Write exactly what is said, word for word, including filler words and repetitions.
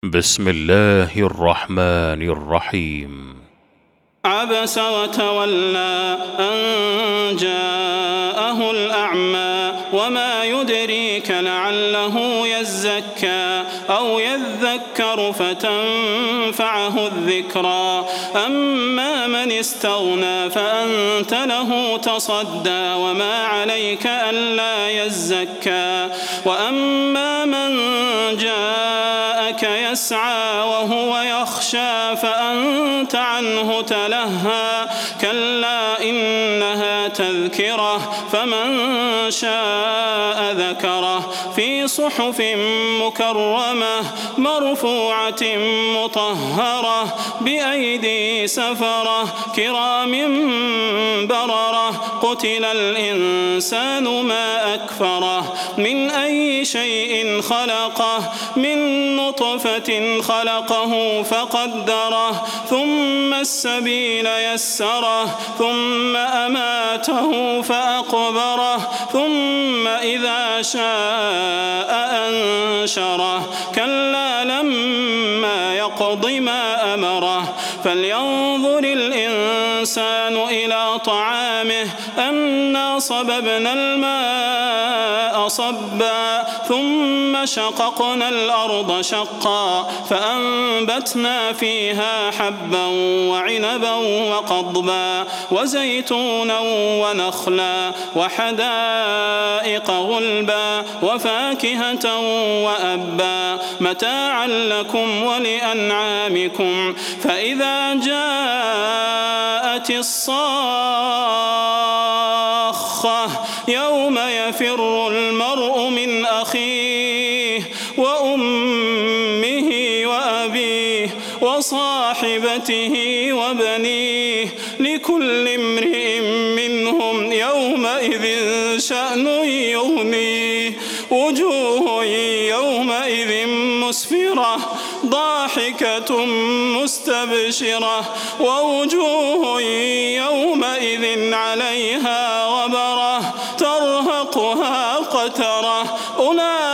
بسم الله الرحمن الرحيم. عبس وتولى أن جاءه الأعمى وما يدريك لعله يزكى أو يذكر فتنفعه الذكرى أما من استغنى فأنت له تصدى وما عليك ألا يزكى وأما من جاءك يسعى وهو يخشى فأنت عنه تلهى كلا إنها تذكرة فمن شاء ذكره في صحف مكرمة مرفوعة مطهرة بأيدي سفرة كرام بررة قتل الإنسان ما أكفره من أي شيء خلقه من نطفة خلقه فقدره ثم السبيل يسره ثم أماته فأقبره ثم إذا شاء أنشره كلا لما يقض ما أمره فلينظر الإنسان إلى طعامه أنا صببنا الماء صبا ثم شققنا الأرض شقا فأنبتنا فيها حبا وعنبا وقضبا وزيتونا ونخلا وحدائق غلبا وفاكهة وأبا متاعا لكم ولأنعامكم فإذا جاءت الصاخة يوم يفر المرء من أخيه وأمه وأبيه وصاحبته وبنيه لكل امرئ منهم يومئذ شأن يغنيه وجوه يومئذ مسفرة ضاحكة مستبشرة ووجوه يومئذ عليها غبرة ترهقها قترة أولئك